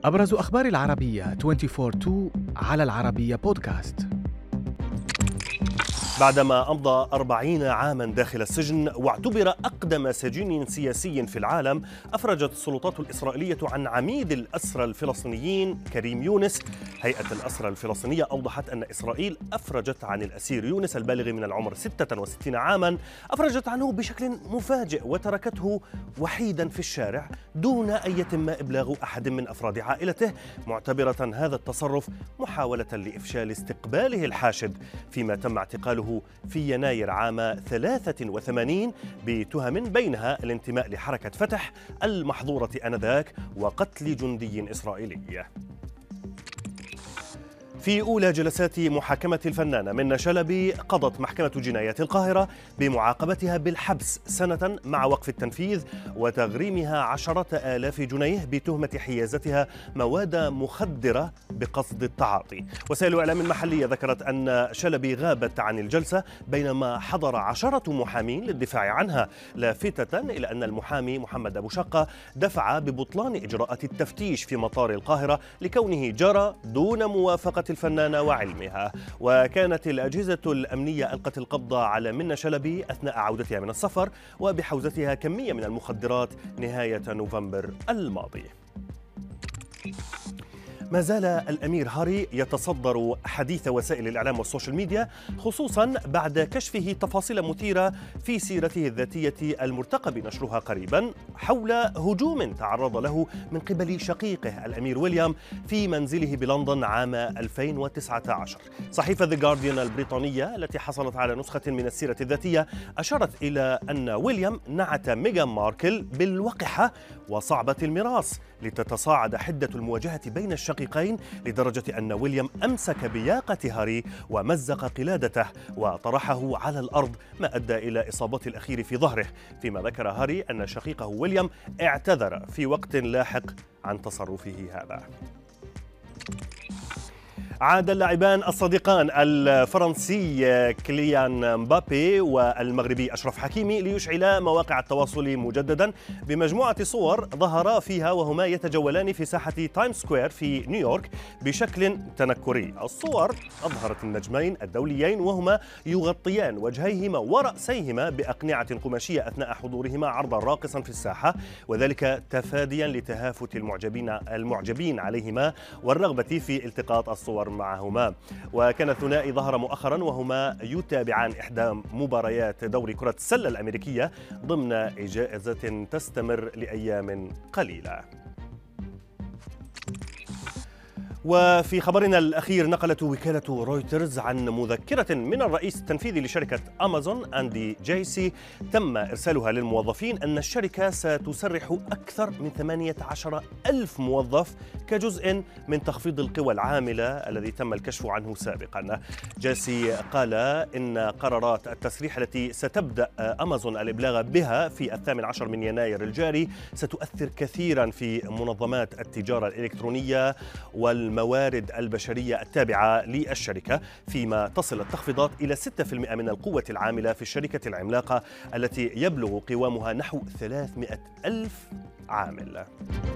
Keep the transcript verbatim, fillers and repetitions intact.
أبرز أخبار العربية أربعة وعشرين اثنين على العربية بودكاست. بعدما أمضى أربعين عاما داخل السجن واعتبر أقدم سجين سياسي في العالم، أفرجت السلطات الإسرائيلية عن عميد الأسرى الفلسطينيين كريم يونس. هيئة الأسرى الفلسطينية أوضحت أن إسرائيل أفرجت عن الأسير يونس البالغ من العمر ستة وستين عاما، أفرجت عنه بشكل مفاجئ وتركته وحيدا في الشارع دون أن يتم إبلاغ أحد من أفراد عائلته، معتبرة هذا التصرف محاولة لإفشال استقباله الحاشد، فيما تم اعتقاله في يناير عام ثلاثة وثمانين بتهم بينها الانتماء لحركة فتح المحظورة آنذاك وقتل جندي إسرائيلي. في أولى جلسات محاكمة الفنانة منة شلبي، قضت محكمة جنايات القاهرة بمعاقبتها بالحبس سنة مع وقف التنفيذ وتغريمها عشرة آلاف جنيه بتهمة حيازتها مواد مخدرة بقصد التعاطي. وسائل إعلام محلية ذكرت أن شلبي غابت عن الجلسة بينما حضر عشرة محامين للدفاع عنها، لافتة إلى أن المحامي محمد أبو شقة دفع ببطلان إجراءات التفتيش في مطار القاهرة لكونه جرى دون موافقة الفنانة وعلمها. وكانت الأجهزة الأمنية ألقت القبض على منة شلبي أثناء عودتها من السفر وبحوزتها كمية من المخدرات نهاية نوفمبر الماضي. ما زال الأمير هاري يتصدر حديث وسائل الإعلام والسوشيال ميديا، خصوصا بعد كشفه تفاصيل مثيرة في سيرته الذاتية المرتقب نشرها قريبا حول هجوم تعرض له من قبل شقيقه الأمير ويليام في منزله بلندن عام ألفين وتسعة عشر. صحيفة The Guardian البريطانية التي حصلت على نسخة من السيرة الذاتية أشارت إلى أن ويليام نعت ميغان ماركل بالوقحة وصعبة المراس لتتصاعد حدة المواجهة بين الشقيقين، لدرجة أن ويليام أمسك بياقة هاري ومزق قلادته وطرحه على الأرض، ما أدى إلى إصابة الأخير في ظهره، فيما ذكر هاري أن شقيقه ويليام اعتذر في وقت لاحق عن تصرفه هذا. عاد اللاعبان الصديقان الفرنسي كيليان مبابي والمغربي أشرف حكيمي ليشعلا مواقع التواصل مجددا بمجموعة صور ظهرا فيها وهما يتجولان في ساحة تايم سكوير في نيويورك بشكل تنكري. الصور أظهرت النجمين الدوليين وهما يغطيان وجهيهما ورأسيهما بأقنعة قماشية أثناء حضورهما عرضا راقصا في الساحة، وذلك تفاديا لتهافت المعجبين المعجبين عليهما والرغبة في التقاط الصور معهما. وكان الثنائي ظهر مؤخرا وهما يتابعان إحدى مباريات دوري كرة السلة الأمريكية ضمن جائزة تستمر لأيام قليلة. وفي خبرنا الأخير، نقلت وكالة رويترز عن مذكرة من الرئيس التنفيذي لشركة أمازون أندي جايسي تم إرسالها للموظفين أن الشركة ستسرح أكثر من ثمانية عشر ألف موظف كجزء من تخفيض القوى العاملة الذي تم الكشف عنه سابقا. جايسي قال إن قرارات التسريح التي ستبدأ أمازون الإبلاغ بها في الثامن عشر من يناير الجاري ستؤثر كثيرا في منظمات التجارة الإلكترونية والموارد البشرية التابعة للشركة، فيما تصل التخفيضات إلى ستة بالمئة من القوة العاملة في الشركة العملاقة التي يبلغ قوامها نحو ثلاثمئة ألف عامل.